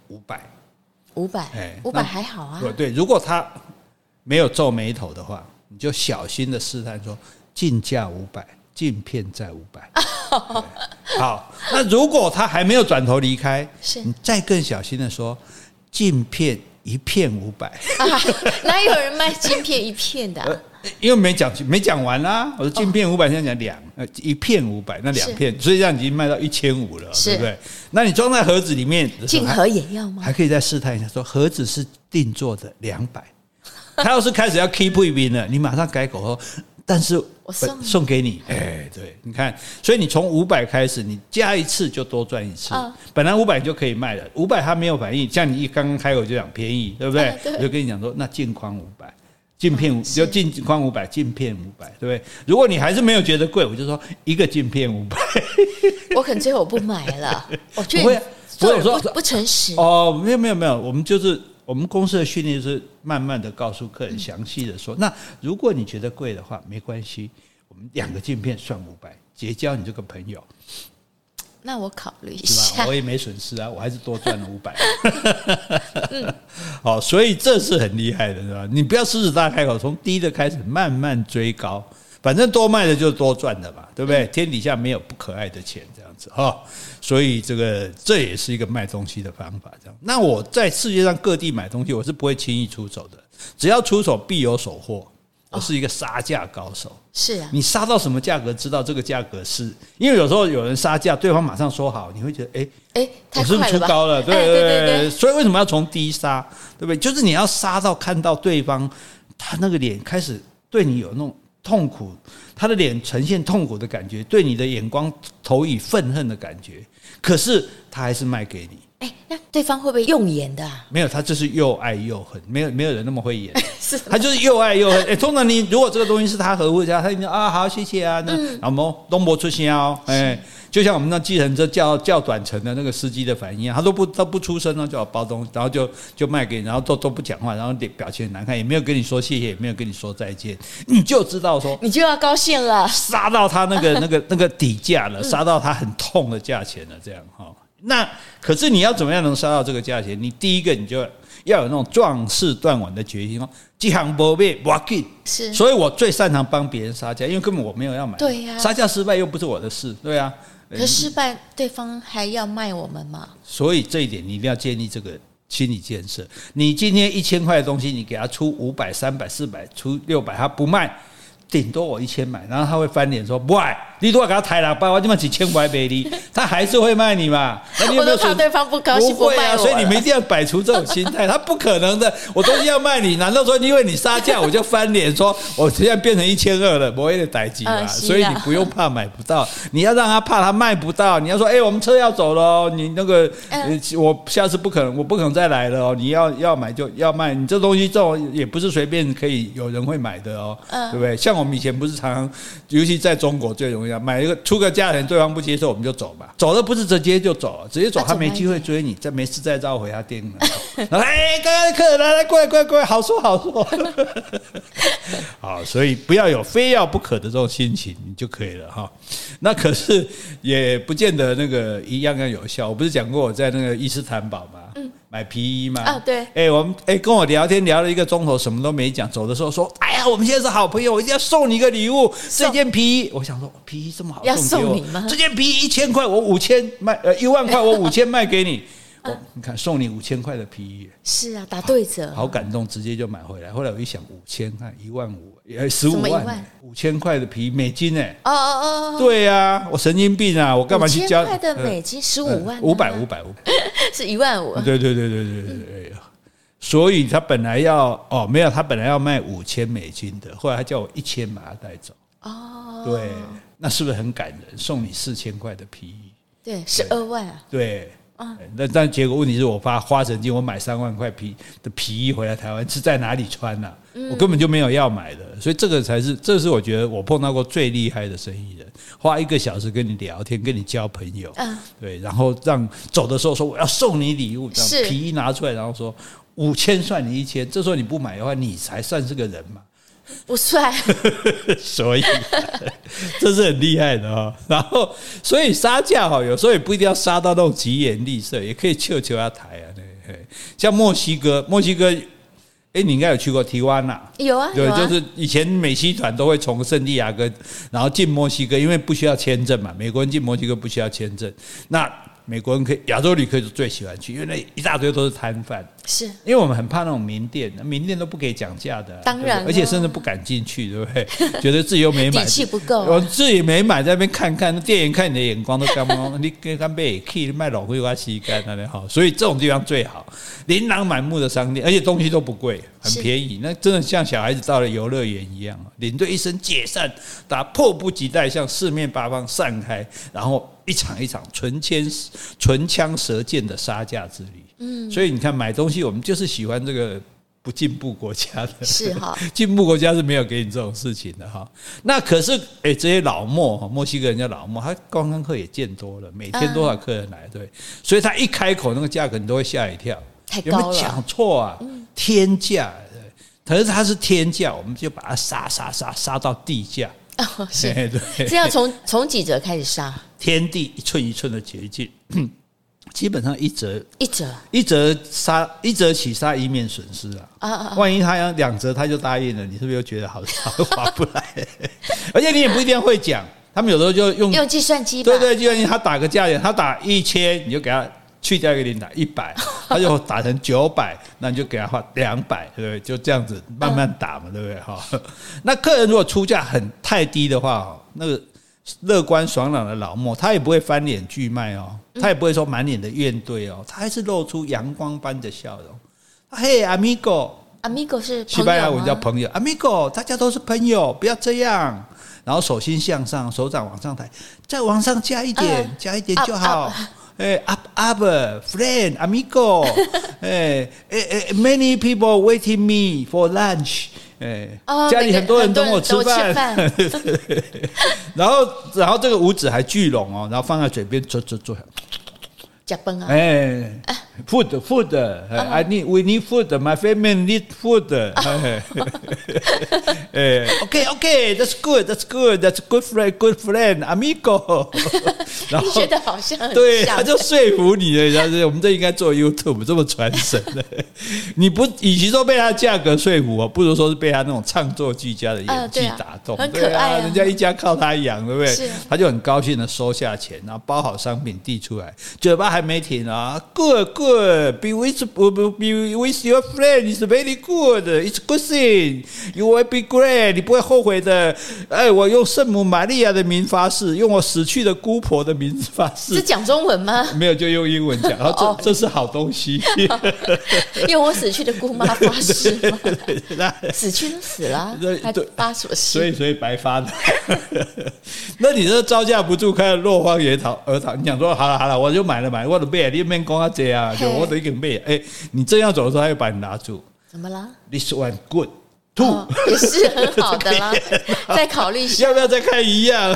500 还好啊。 对，如果他没有皱眉头的话，你就小心的试探说进价500，镜片在500。好，那如果他还没有转头离开，你再更小心的说镜片一片500。 哪有人卖镜片一片的因为没讲完啦，我说镜片500，现在讲一片500，那2片，所以这样已经卖到1500了，对不对？那你装在盒子里面， 镜盒也要吗？ 还可以再试探一下，说盒子是定做的200，他要是开始要 keep 不平了，你马上改口说，但是我送给你，对，你看，所以你从500开始，你加一次就多赚一次，本来500就可以卖了，500他没有反应，像你刚刚开口就讲便宜，对不对？我就跟你讲说，那镜框500。镜片就镜框500，镜片500，对不对？如果你还是没有觉得贵，我就说一个镜片500。 我可能最后我不买了，我觉得做人不诚实。 没有，我们公司的训练就是慢慢的告诉客人，详细的说，那如果你觉得贵的话，没关系，我们2个镜片算500，结交你这个朋友。 那我考虑一下， 我也没损失啊，我还是多赚了500。好，所以这是很厉害的，是吧？你不要狮子大开口，从低的开始慢慢追高，反正多卖的就是多赚的嘛，对不对？天底下没有不可爱的钱，这样子哈。所以这也是一个卖东西的方法，这样。那我在世界上各地买东西，我是不会轻易出手的，只要出手必有所获。我是一个杀价高手， 是啊， 你杀到什么价格，知道这个价格是，因为有时候有人杀价，对方马上说好，你会觉得我是不是出高了？对，所以为什么要从低杀，对不对？就是你要杀到看到对方他那个脸开始对你有那种痛苦，他的脸呈现痛苦的感觉，对你的眼光投以愤恨的感觉，可是他还是卖给你。 那对方会不会用演的啊？ 没有，他就是又爱又恨，没有人那么会演。他就是又爱又恨。通常你如果这个东西是他合乎家，他就好谢谢啊，那么东博出声哦，就像我们那计程车叫短程的那个司机的反应啊，他都不出声了，就要包东西，然后就卖给你，然后都不讲话，然后表情很难看，也没有跟你说谢谢，也没有跟你说再见，你就知道说你就要高兴了， 杀到他那个底价了，杀到他很痛的价钱了，这样哈。那可是你要怎么样能杀到这个价钱？你第一个你就要有那种壮士断腕的决心哦，这行不卖我紧。 是， 所以我最擅长帮别人杀价，因为根本我没有要买。 对呀， 杀价失败又不是我的事，对啊。 可失败对方还要卖我们吗？ 所以这一点你一定要建立这个心理建设。你今天1000块的东西，你给他出500、300、400，出600，他不卖。顶多我1000买，然后他会翻脸说不爱，你如果给他抬600，我就卖几千块给你，他还是会卖你嘛？那你有没有我都怕对方不高兴， 不会啊，所以你们一定要摆出这种心态，他不可能的。我东西要卖你，难道说因为你杀价我就翻脸说我现在变成1200了，不会的代志嘛？所以你不用怕买不到，你要让他怕他卖不到，你要说我们车要走了哦，你那个我下次不可能，我不可能再来了哦，你要买就要卖，你这东西这种也不是随便可以有人会买的哦，对不对？像我们以前不是常常，尤其在中国最容易买一个出个价钱，对方不接受，我们就走嘛。走了不是直接就走，直接走他没机会追你，再没事再绕回他店门口。刚刚的客人来过来，好说。好，所以不要有非要不可的这种心情，你就可以了哈。那可是也不见得那个一样有效。我不是讲过我在那个伊斯坦堡吗？买皮衣嘛， 对， 我们跟我聊天聊了1个钟头，什么都没讲，走的时候说，哎呀，我们现在是好朋友，我一定要送你一个礼物，这件皮衣。我想说，皮衣这么好送给我， 要送你吗？ 这件皮衣1000块，我5000卖，1万块我5000卖给你。你看，送你5000块的皮衣， 是啊，打对折， 好感动，直接就买回来。后来我一想，5000看15000，15万，5000块的皮美金哎，对啊，我神经病啊，我干嘛去交 ？5000块的美金15万 ，500 是15000， 对。所以他本来没有，他本来要卖5000美金的，后来他叫我1000把它带走。对，那是不是很感人？送你4000块的皮衣， 对，12万啊， 对。但结果问题是我花神经，我买3万块的皮衣回来台湾是在哪里穿啊？我根本就没有要买的，所以这是我觉得我碰到过最厉害的生意人，花1个小时跟你聊天，跟你交朋友，对，然后让走的时候说我要送你礼物，这样皮衣拿出来，然后说5000算你1000，这时候你不买的话，你才算是个人嘛。 不帅， 所以这是很厉害的哦。然后，所以杀价哦，有时候也不一定要杀到那种疾言厉色，也可以求求他台啊。像墨西哥，你应该有去过提湾啦？ 有啊， 对，就是以前美西团都会从圣地亚哥，然后进墨西哥，因为不需要签证嘛，美国人进墨西哥不需要签证，那美国人可以，亚洲旅客就最喜欢去，因为那一大堆都是摊贩。是，因为我们很怕那种名店都不给讲价的， 当然， 而且甚至不敢进去，对不对？觉得自己又没买， 底气不够， 我自己没买，在那边看看，那店员看你的眼光都干嘛？你刚被 key 卖老贵花吸干那好，所以这种地方最好，琳琅满目的商店，而且东西都不贵，很便宜，那真的像小孩子到了游乐园一样，领队一声解散，大家迫不及待向四面八方散开，然后一场一场唇枪舌剑的杀价之旅。所以你看买东西，我们就是喜欢这个不进步国家的， 是哈， 进步国家是没有给你这种事情的哈。那可是这些老墨西哥人家老墨，他观光客也见多了，每天多少客人来，对，所以他一开口那个价格你都会吓一跳， 太高了， 有没有讲错啊？天价，可是他是天价，我们就把它杀到地价。 哦，是，对，这要从几折开始杀？ 天地一寸一寸的接近。基本上一折起杀，以免损失啊！万一他要2折，他就答应了，你是不是又觉得好划不来？而且你也不一定会讲，他们有时候就用计算机， 对，计算机他打个价钱，他打1000，你就给他去掉一个零，打100，他就打成900，那你就给他画200，对不对？就这样子慢慢打嘛，对不对？那客人如果出价太低的话，那个乐观爽朗的老墨，他也不会翻脸拒卖哦，他也不会说满脸的怨怼哦，他还是露出阳光般的笑容。嘿 ，amigo 是西班牙文叫朋友 ，amigo 大家都是朋友，不要这样。然后手心向上，手掌往上抬，再往上加一点，加一点就好。up friend amigo， many people waiting me for lunch。家里很多人等我吃饭，然后这个五指还聚拢哦，然后放在嘴边啜吃饭啊 ，food，I we need food，my family need food， OK，that's good，that's good friend，amigo。 然后你觉得好像很对，他就说服你了，我们这应该做 YouTube 这么传神的，你不与其说被他价格说服，不如说是被他那种唱作俱佳的演技打动， 很可爱啊， 人家一家靠他养，对不对？他就很高兴的收下钱，然后包好商品递出来，嘴巴还没停啊 ，Good be with your friend is very good，it's good thing，you will be great， 你不会后悔的。我用圣母玛利亚的名发誓，用我死去的姑婆的名字发誓。 是讲中文吗？ 没有，就用英文讲。然后这是好东西。 用我死去的姑妈发誓吗？死去都死了，还发什么誓？ 所以白发的。那你这招架不住，开始落荒而逃。你想说好了，我就买了，我的买，你免讲这样，就我的一个买。你正要走的时候，他又把你拉住。 怎么了 ？This one good。 也是很好的啦，再考虑一下要不要再看一样。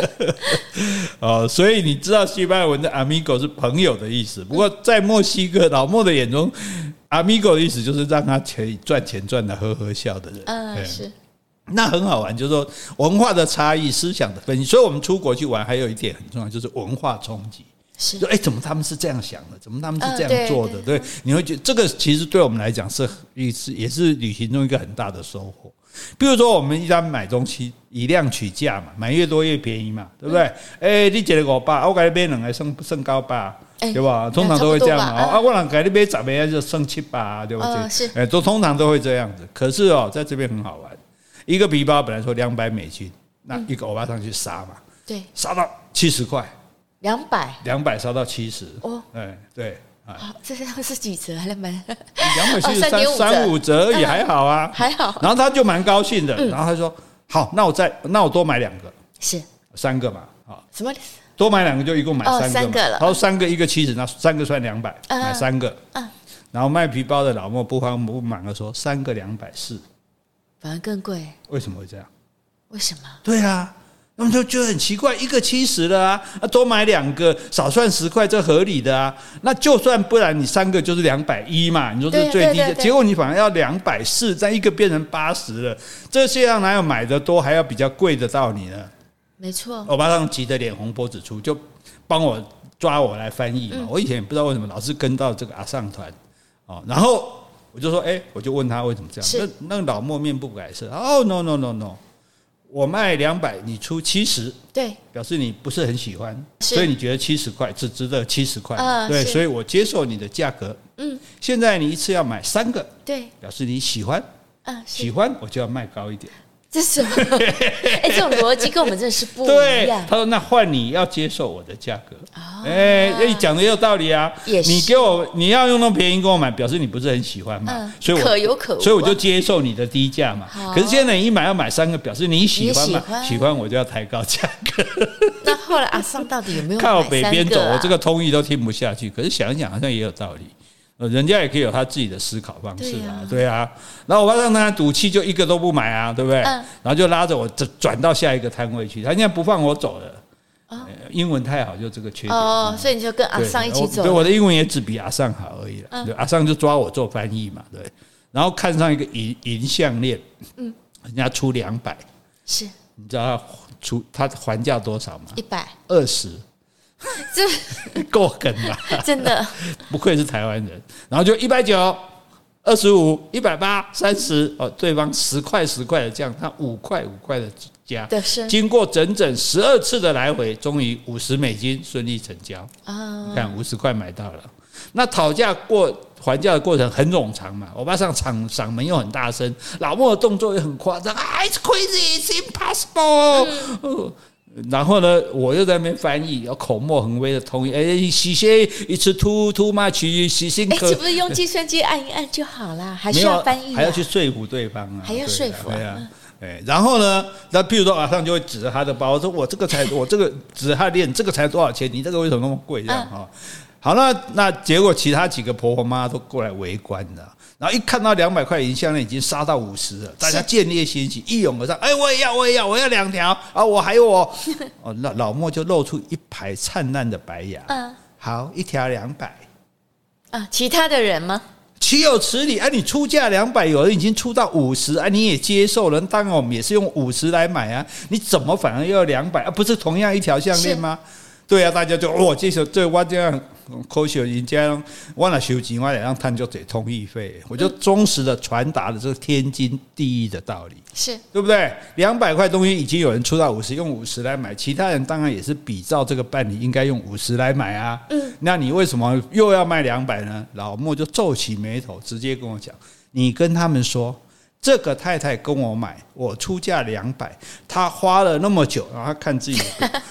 所以你知道西班牙文的 amigo 是朋友的意思，不过在墨西哥老墨的眼中 amigo 的意思就是让他可以赚钱赚得呵呵笑的人。 是。 那很好玩，就是说文化的差异、思想的分析。所以我们出国去玩，还有一点很重要，就是文化冲击。就怎么他们是这样想的？怎么他们是这样做的？对，你会觉得这个其实对我们来讲也是旅行中一个很大的收获。比如说，我们一般买东西以量取价嘛，买越多越便宜嘛，对不对？你一个500，我给你买2个剩900，对吧？通常都会这样嘛。我让给你买10个就剩700，对吧？通常都会这样子。可是在这边很好玩，一个皮包本来说$200，那一个500上去杀嘛，对，杀到70块。200烧到70哦，对， 这是几折？还蛮 200是3-5折也还好啊， 还好。 然后他就蛮高兴的，然后他说：“好，那我多买2个， 是 3个嘛， 什么？ 多买2个就一共买 3个了。 然后3个一个70，那3个算200，买3个。然后卖皮包的老莫不慌不忙的说：3个240， 反而更贵。 为什么会这样？ 为什么？ 对啊。 他们就觉得很奇怪，一个70了啊，多买2个少算10块，这合理的啊。那就算不然，你3个就是210嘛，你说这是最低的，结果你反而要240，但一个变成80了，这世界上哪有买的多还要比较贵的道理呢？ 没错， 欧巴桑急得脸红脖子粗，就帮我抓我来翻译嘛。我以前也不知道为什么老是跟到这个阿尚团然后我就说，我就问他为什么这样。那个老莫面不改色，no，我卖200，你出70， 对， 表示你不是很喜欢，所以你觉得70块只值得70块，对，所以我接受你的价格。现在你一次要买3个， 对， 表示你喜欢，喜欢我就要卖高一点。 这是什么？这种逻辑跟我们真的是不一样。 他说：“那换你要接受我的价格。”讲的也有道理啊。你要用那么便宜跟我买，表示你不是很喜欢嘛。所以可有可无， 所以我就接受你的低价嘛。可是现在你一买要买3个，表示你喜欢嘛？喜欢我就要抬高价格。 那后来阿桑到底有没有靠北边走？我这个通译都听不下去。可是想一想，好像也有道理。人家也可以有他自己的思考方式啊，对啊。然后我让他赌气，就一个都不买啊，对不对？然后就拉着我转到下一个摊位去，他现在不放我走了。英文太好，就这个缺点。 所以你就跟阿尚一起走。 对，我的英文也只比阿尚好而已了。阿尚就抓我做翻译嘛，对。然后看上一个银项链，人家出200， 是， 你知道他还价多少吗 ？120。 这够狠吧？ 真的， 不愧是台湾人。然后就190、25、180、30，对方10块的降，他5块的加，经过整整12次的来回，终于$50顺利成交。你看50块买到了。那讨价还价的过程很冗长嘛，我爸上嗓门又很大声，老莫的动作也很夸张，It's crazy, it's impossible。然后呢，我又在那边翻译，口沫横飞的同意。谢谢，It's too much，谢谢。 这不是用计算机按一按就好啦，还需要翻译， 还要去说服对方啊， 还要说服啊。然后呢，那譬如说马上就会指着他的包，说我这个指着他的链，这个才多少钱？你这个为什么那么贵？这样好，那结果其他几个婆婆妈都过来围观的。然后一看到200块银项链已经杀到50了，大家见猎欣喜，一涌而上。我也要，我要2条啊！我还有我。那老莫就露出一排灿烂的白牙。好，一条200。 其他的人吗？ 岂有此理！你出价200，有人已经出到50，你也接受了。当然我们也是用50来买啊，你怎么反而要200？不是同样一条项链吗？对啊，大家就这我这样科学人家，我来收钱，我来让探究者通译费，我就忠实的传达了这个天经地义的道理， 是对不对？200块东西已经有人出到50，用50来买，其他人当然也是比照这个办理，应该用50来买啊。那你为什么又要卖200呢？老莫就皱起眉头，直接跟我讲：“你跟他们说。”这个太太跟我买，我出价200，她花了那么久，然后她看自己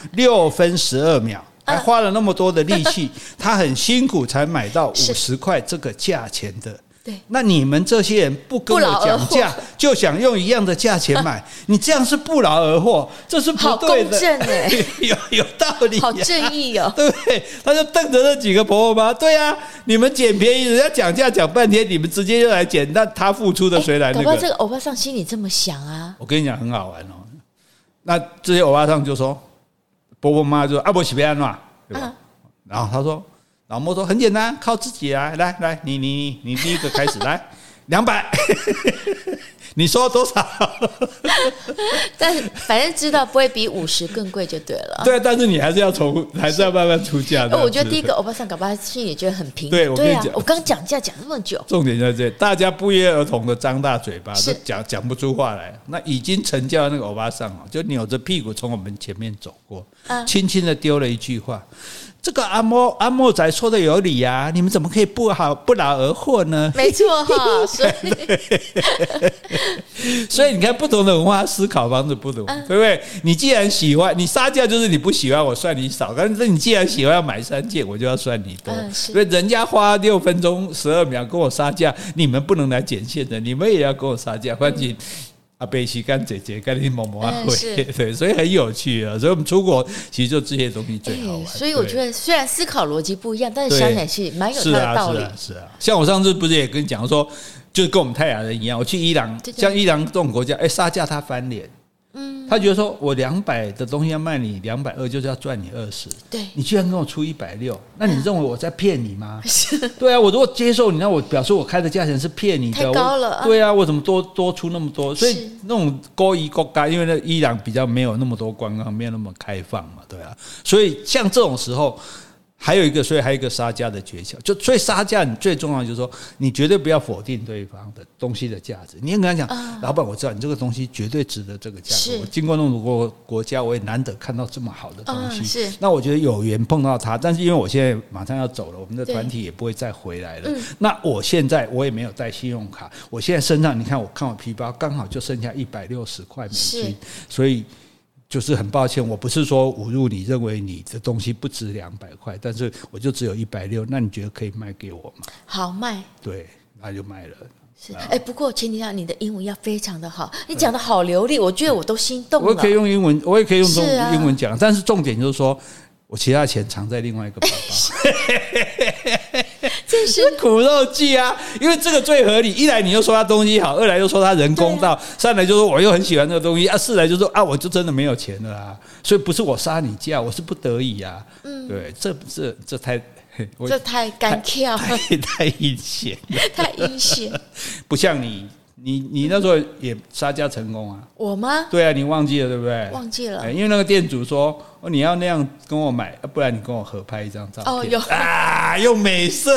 6分12秒，还花了那么多的力气，她很辛苦才买到50块这个价钱的。 对， 那你们这些人不跟我讲价，就想用一样的价钱买，你这样是不劳而获，这是不对的。 好公正哎， 有道理， 好正义哦， 对不对？他就瞪着那几个婆婆妈，对啊，你们捡便宜，人家讲价讲半天，你们直接就来捡，那他付出的谁来那个？ 搞不好这个欧巴桑心里这么想啊。 我跟你讲，很好玩哦。那这些欧巴桑就说，婆婆妈就说不喜欢嘛，对吧？然后他说。老莫说很简单，靠自己来，你第一个开始来200，你说多少？ 但反正知道不会比50更贵就对了。 对，但是你还是要慢慢出价的。 我觉得第一个欧巴桑搞不好心里觉得很平。 对，我跟你讲， 我刚讲价讲那么久， 重点在这里，大家不约而同的张大嘴巴，都讲不出话来。那已经成交的那个欧巴桑就扭着屁股从我们前面走过，轻轻的丢了一句话。这个阿莫仔说的有理啊，你们怎么可以不劳而获呢？ 没错哈， 所以你看，不同的文化思考方式不同，对不对？你既然喜欢，你杀价就是你不喜欢，我算你少；但是你既然喜欢要买3件，我就要算你多。所以人家花6分钟12秒跟我杀价，你们不能来捡现的，你们也要跟我杀价，反正。北西干姐姐跟你某某会，对，所以很有趣啊。所以我们出国其实就这些东西最好玩。 所以我觉得虽然思考逻辑不一样，但是想起来是蛮有它的道理。 是啊。像我上次不是也跟你讲说，就是跟我们泰雅人一样，我去伊朗，像伊朗这种国家，杀价他翻脸。 他觉得说我200的东西要卖你220，就是要赚你20， 对， 你居然跟我出160，那你认为我在骗你吗？对啊，我如果接受你，那我表示我开的价钱是骗你的， 太高了。 对啊，我怎么多出那么多？所以那种勾一勾嘎，因为那伊朗比较没有那么多观光，没有那么开放嘛，对啊，所以像这种时候。所以还有一个杀价的诀窍，所以杀价你最重要的就是说，你绝对不要否定对方的东西的价值。你跟他讲，老板，我知道你这个东西绝对值得这个价格。我经过那么多国家，我也难得看到这么好的东西。那我觉得有缘碰到他，但是因为我现在马上要走了，我们的团体也不会再回来了。那我现在我也没有带信用卡，我现在身上你看我皮包刚好就剩下160块美金，所以。就是很抱歉，我不是说侮辱你，认为你的东西不值200块，但是我就只有160，那你觉得可以卖给我吗？ 好卖， 对，那就卖了。 是，不过前提下你的英文要非常的好，你讲的好流利，我觉得我都心动了。 我可以用英文，我也可以用英文讲，但是重点就是说我其他钱藏在另外一个包包。 这是苦肉计啊！因为这个最合理，一来你又说他东西好，二来又说他人公道，三来就说我又很喜欢这个东西啊，四来就说啊，我就真的没有钱了啊，所以不是我杀你价，我是不得已啊。对，这太干跳， 太阴险， 太阴险， 不像你那时候也杀价成功啊？我吗？ 对啊，你忘记了对不对？ 忘记了， 因为那个店主说你要那样跟我买，不然你跟我合拍一张照片。 哦，有啊，用美色。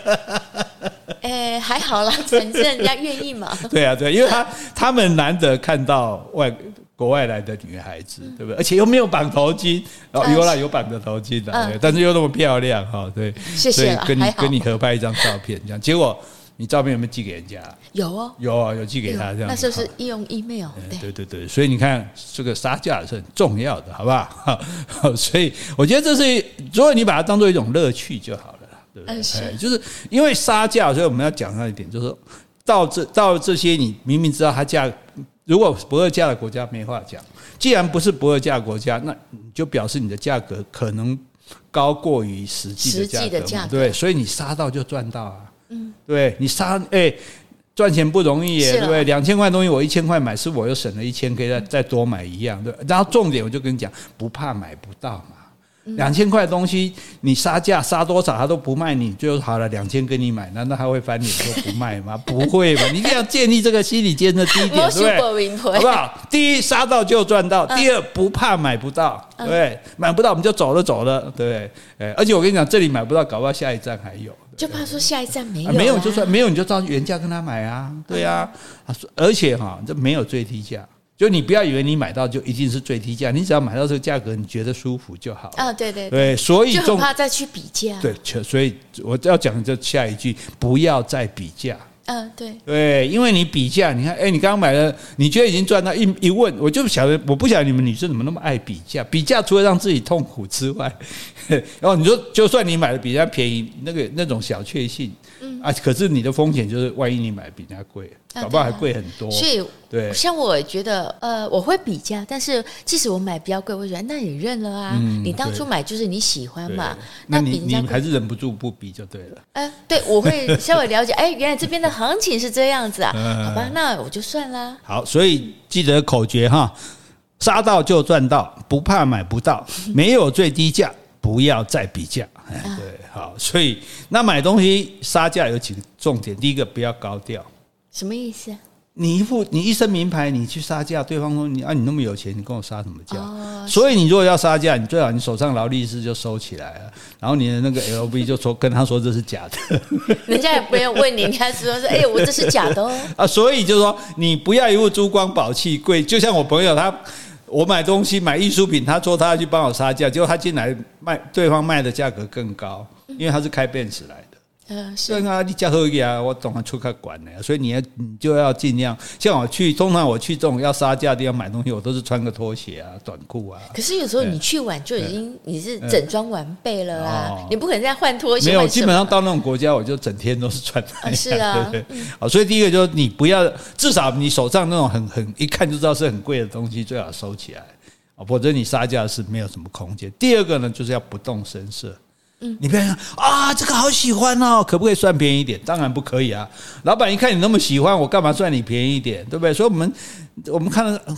还好啦，反正人家愿意嘛。 对啊，因为他们难得看到国外来的女孩子，对不对？而且又没有绑头巾，有啦，有绑着头巾的，但是又那么漂亮哈，对， 谢谢啦， 所以跟你合拍一张照片，这样结果。你照片有没有寄给人家？ 有哦， 有寄给他这样。 那是不是用 email？ 对，所以你看这个杀价是很重要的，好不好？所以我觉得这是，如果你把它当做一种乐趣就好了，对不对？就是因为杀价，所以我们要讲到一点，就是说到这些你明明知道它价，如果不二价的国家没话讲，既然不是不二价的国家，那你就表示你的价格可能高过于实际的价格，对，所以你杀到就赚到啊。对你杀赚钱不容易耶，对不对？2000块东西我1000块买，是我又省了1000，可以再多买一样，对。然后重点我就跟你讲，不怕买不到嘛。2000块的东西你杀价杀多少他都不卖你，最后好了2000跟你买，难道他会翻脸说不卖吗？不会吧？你一定要建立这个心理建设第一点，对不对？好不好？第一，杀到就赚到；第二，不怕买不到，对，买不到我们就走了，对。而且我跟你讲，这里买不到，搞不好下一站还有。 就怕说下一站没有， 没有就算没有，你就照原价跟他买啊，对啊，而且这没有最低价，就你不要以为你买到就一定是最低价，你只要买到这个价格，你觉得舒服就好了。对，所以就很怕再去比价。 对，所以我要讲这下一句，不要再比价。对，因为你比价，你看，你刚刚买了，你觉得已经赚到一问，我不晓得你们女生怎么那么爱比价？比价除了让自己痛苦之外，然后你说，就算你买的比人家便宜，那种小确幸，可是你的风险就是，万一你买比人家贵，搞不好还贵很多。 所以，对，像我觉得，我会比价，但是即使我买比较贵，我觉得那也认了啊。你当初买就是你喜欢嘛， 那你还是忍不住不比就对了。 对，我会稍微了解，原来这边的行情是这样子啊，好吧，那我就算啦。 好，所以记得口诀哈，杀到就赚到，不怕买不到，没有最低价，不要再比价。对，好，所以那买东西杀价有几个重点，第一个不要高调。 什么意思？ 你一身名牌，你去杀价，对方说你那么有钱，你跟我杀什么价？所以你如果要杀价，你最好你手上劳力士就收起来了，然后你的那个 LV 就跟他说这是假的， 人家也不用问你，人家说我这是假的哦。 所以就说你不要一副珠光宝气贵，就像我朋友我买东西买艺术品，他说他要去帮我杀价，结果他进来对方卖的价格更高，因为他是开Benz来的。是啊，你家好呀，我总要出去管的，所以你就要尽量。像通常我去这种要杀价的地方买东西，我都是穿个拖鞋啊、短裤啊。 可是有时候你去晚就已经你是整装完备了啊，你不可能再换拖鞋。 没有，基本上到那种国家，我就整天都是穿那样。 是啊， 对。好，所以第一个就是你不要，至少你手上那种很一看就知道是很贵的东西，最好收起来，否则你杀价是没有什么空间。第二个呢，就是要不动声色。你不要想这个好喜欢哦，可不可以算便宜一点？当然不可以啊！老板一看你那么喜欢，我干嘛算你便宜一点？对不对？所以我们看到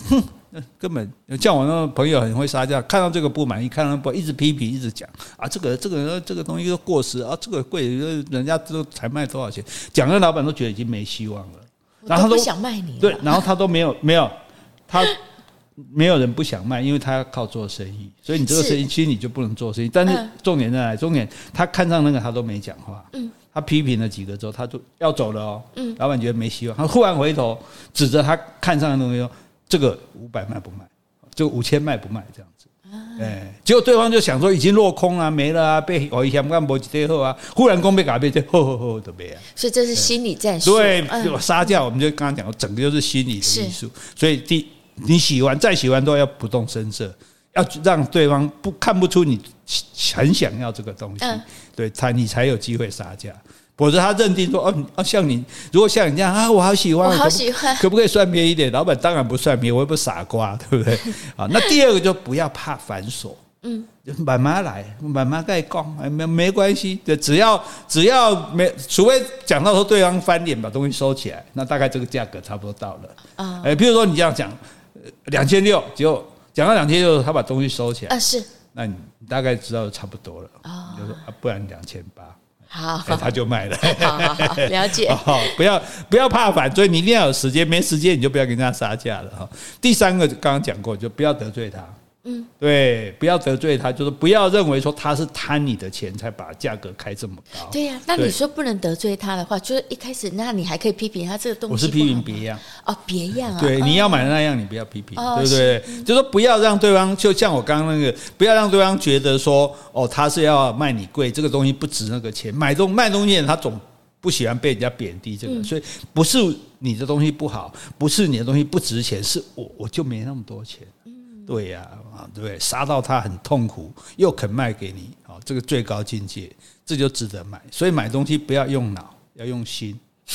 根本像我那个朋友很会杀价，看到这个不满意，看到不一直批评，一直讲啊，这个东西都过时啊，这个贵，人家都才卖多少钱，讲的老板都觉得已经没希望了， 然后他都不想卖你了， 对，然后他都没有他。没有人不想卖，因为他要靠做生意，所以你这个生意其实你就不能做生意。但是重点在哪里？重点他看上那个他都没讲话，他批评了几个之后，他就要走了哦。老板觉得没希望，他忽然回头指着他看上的东西说：“这个500卖不卖？这个5000卖不卖？”这样子。结果对方就想说已经落空啊，没了啊，被我以前干没几天后啊，忽然公被改变就吼都没啊。 所以这是心理战术。 对，杀价我们就刚刚讲过，整个就是心理的艺术。所以你再喜欢都要不动声色，要让对方看不出你很想要这个东西，对你才有机会杀价。否则他认定说像你，如果像你这样啊，我好喜欢， 我好喜欢， 可不可以算便宜一点？老板当然不算便宜，我又不是傻瓜，对不对？啊，那第二个就不要怕繁琐，慢慢来，慢慢再讲，没关系的，只要除非讲到说对方翻脸把东西收起来，那大概这个价格差不多到了。譬如说你这样讲2600，结果讲到2600，他把东西收起来， 是， 那你大概知道差不多了，你就说不然2800。 好， 他就卖了。 好，了解。 不要怕烦，所以你一定要有时间，没时间你就不要跟人家杀价了。第三个刚刚讲过，就不要得罪他。对，不要得罪他，就是不要认为说他是贪你的钱才把价格开这么高。 对呀，那你说不能得罪他的话，就是一开始，那你还可以批评他这个东西。 我是批评别样别样啊。 对，你要买的那样，你不要批评，对不对？就说不要让对方，就像我刚刚那个，不要让对方觉得说，他是要卖你贵，这个东西不值那个钱。卖东西他总不喜欢被人家贬低这个，所以不是你的东西不好，不是你的东西不值钱，是我就没那么多钱。对呀，对不对？杀到他很痛苦，又肯卖给你，这个最高境界，这就值得买。所以买东西不要用脑，要用心。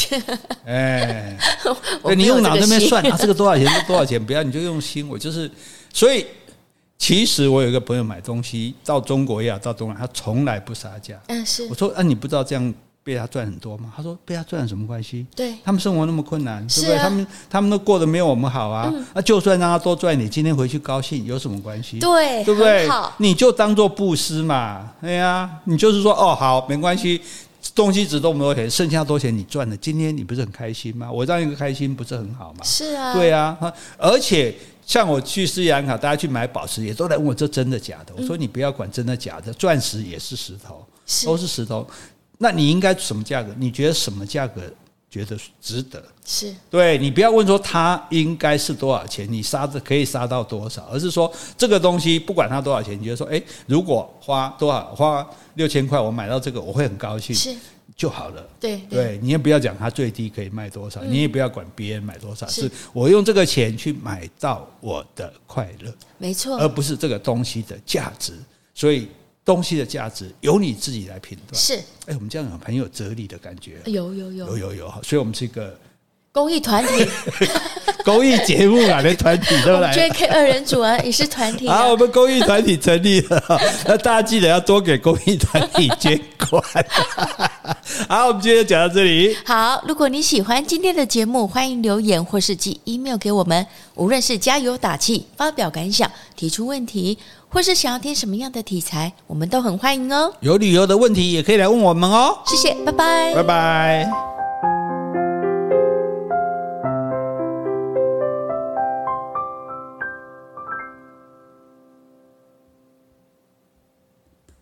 你用脑那边算这个多少钱，这多少钱，不要你就用心。所以其实我有一个朋友买东西到中国也好，到东南，他从来不杀价。 是。 我说你不知道这样被他赚很多吗？他说被他赚有什么关系？ 对， 他们生活那么困难，对不对？他们都过得没有我们好啊。就算让他多赚点，今天回去高兴有什么关系？ 对， 对不对？ 好， 你就当做布施嘛。你就是说好，没关系，东西值这么多钱，剩下多钱你赚了，今天你不是很开心吗？我让一个开心不是很好吗？ 是啊， 对啊，而且像我去斯里兰卡，大家去买宝石也都来问我这真的假的。我说你不要管真的假的，钻石也是石头，都是石头。那你应该什么价格？你觉得什么价格觉得值得？ 是对，你不要问说它应该是多少钱，你可以杀到多少，而是说这个东西不管它多少钱，你觉得说，如果花6000块，我买到这个，我会很高兴， 是就好了。 对， 你也不要讲它最低可以卖多少，你也不要管别人买多少，是我用这个钱去买到我的快乐， 没错， 而不是这个东西的价值。所以东西的价值由你自己来评断。 是， 我们这样很有哲理的感觉。 有， 所以我们是一个公益团体， 公益节目啊，连团体都来。 JK 2人组啊，也是团体。 好，我们公益团体成立了，那大家记得要多给公益团体捐款。好，我们今天讲到这里。 好，如果你喜欢今天的节目，欢迎留言或是寄 email 给我们。无论是加油打气、发表感想、提出问题，或是想要听什么样的题材，我们都很欢迎哦。 有旅游的问题也可以来问我们哦。 谢谢，拜拜， 拜拜。